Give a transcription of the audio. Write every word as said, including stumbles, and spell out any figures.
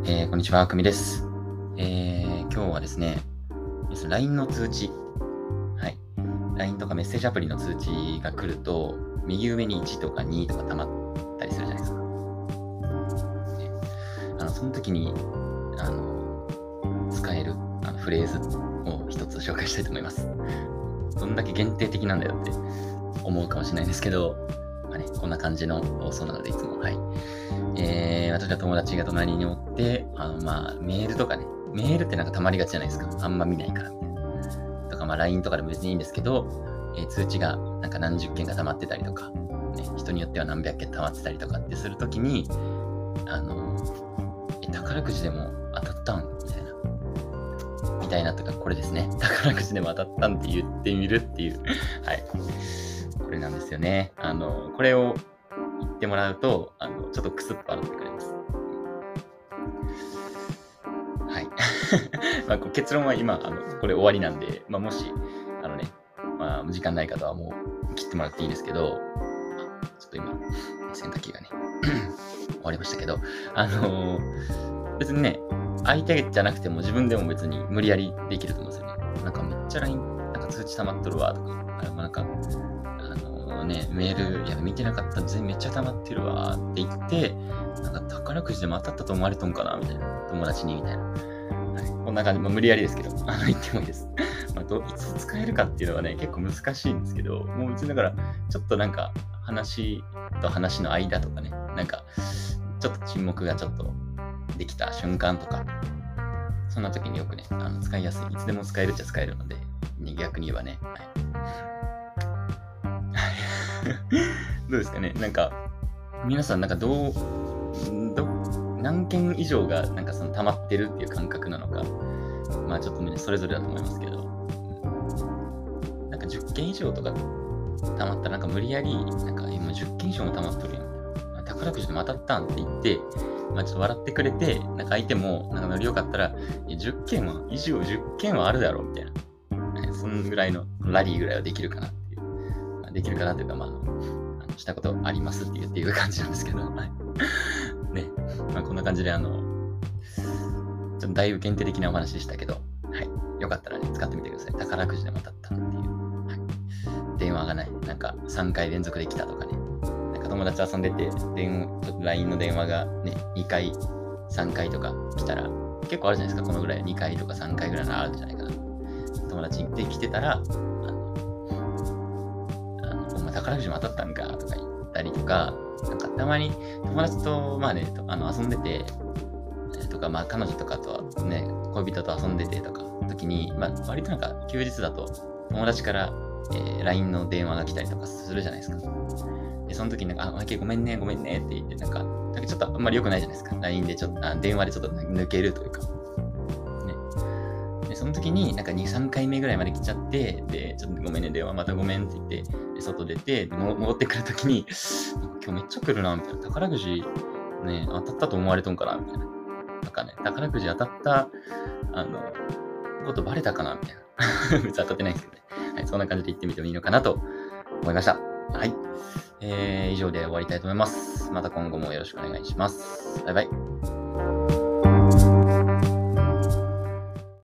えーこんにちは、くみです。えー今日はですね、ライン の通知、はい。ライン とかメッセージアプリの通知が来ると、右上にいちとかにとか溜まったりするじゃないですか。ねあのその時に、あの、使えるあのフレーズを一つ紹介したいと思います。どんだけ限定的なんだよって思うかもしれないんですけど、まあね、こんな感じの放送なので、いつも、はい。えー、私は友達が隣におって、あの、まあ、メールとかね、メールってなんか溜まりがちじゃないですか。あんま見ないからみたいな。とか、まあ、ライン とかでも別にいいんですけど、えー通知がなんか何十件か溜まってたりとか、ね、人によっては何百件溜まってたりとかってするときに、あの、え、宝くじでも当たったんみたいな。みたいなとか、これですね。宝くじでも当たったんって言ってみるっていう。はい。これなんですよね。あの、これを言ってもらうと、あの、ちょっとクスッと笑ってくれます。はい。まあ、こう結論は今、あの、これ終わりなんで、まあ、もし、あのね、まあ、時間ない方はもう切ってもらっていいですけど、あちょっと今、洗濯機がね、終わりましたけど、あのー別にね、相手じゃなくても自分でも別に無理やりできると思うんですよね。なんかめっちゃ ライン、なんか通知溜まっとるわとか、あれもなんか、あのね、メール、いや、見てなかった、全然めっちゃ溜まってるわって言って、なんか宝くじでも当たったと思われとんかなみたいな。友達にみたいな。はい、こんな感じ、まあ、無理やりですけど、あの、言ってもいいです。まあ、どいつ使えるかっていうのはね、結構難しいんですけど、もう別にだから、ちょっとなんか、話と話の間とかね、なんか、ちょっと沈黙がちょっとできた瞬間とか、そんな時によくね、あの使いやすい。いつでも使えるっちゃ使えるので、ね逆に言えばね。はい、どうですかねなんか、皆さんなんかどう、ど何件以上がなんかその溜まってるっていう感覚なのか、まあちょっとね、それぞれだと思いますけど、なんかじゅっけん以上とか溜まったらなんか無理やり、なんか今じゅっけん以上も溜まっとるよみたいな。宝くじでも当たったんって言って、まあちょっと笑ってくれて、なんか相手もなんかノリ良かったら、じゅっけんは、以上じゅっけんはあるだろうみたいな。そんぐらいのラリーぐらいはできるかなっていう。まあ、できるかなというか、まあ、あの、あのしたことありますっていうっていう感じなんですけど、はい。ね。まあこんな感じで、あの、ちょっとだいぶ限定的なお話でしたけど、はい。よかったらね、使ってみてください。宝くじでも当たったっていう。はい。電話がない。なんかさんかい連続で来たとかね。なんか友達遊んでて、電話、ちょっと ライン の電話がね、にかい、さんかいとか来たら、結構あるじゃないですか。このぐらい。にかいとかさんかいぐらいのあるんじゃないかな。友達で来てたら、あの、あのお前宝くじも当たったんかとか言ったりとか、なんかたまに友達と、まあね、あの遊んでて、とか、まあ彼女とかとね、恋人と遊んでてとか、時に、まあ割となんか休日だと友達から、えー ライン の電話が来たりとかするじゃないですか。で、その時になんか、あ、マイケごめんね、ごめんねって言って、なんか、なんかちょっとあんまり良くないじゃないですか。ライン でちょっと、あ電話でちょっと抜けるというか。ね。で、その時になんかに、さんかいめぐらいまで来ちゃって、で、ちょっとごめんね、電話またごめんって言って、で外出て、でも戻ってくる時に、今日めっちゃ来るな、みたいな。宝くじ、ね、当たったと思われとんかな、みたいな。なんかね、宝くじ当たった、あの、ことバレたかな、みたいな。別に当たってないんですけどね。はい、そんな感じで言ってみてもいいのかなと思いました。はい。えー、以上で終わりたいと思います。また今後もよろしくお願いします。バイバイ。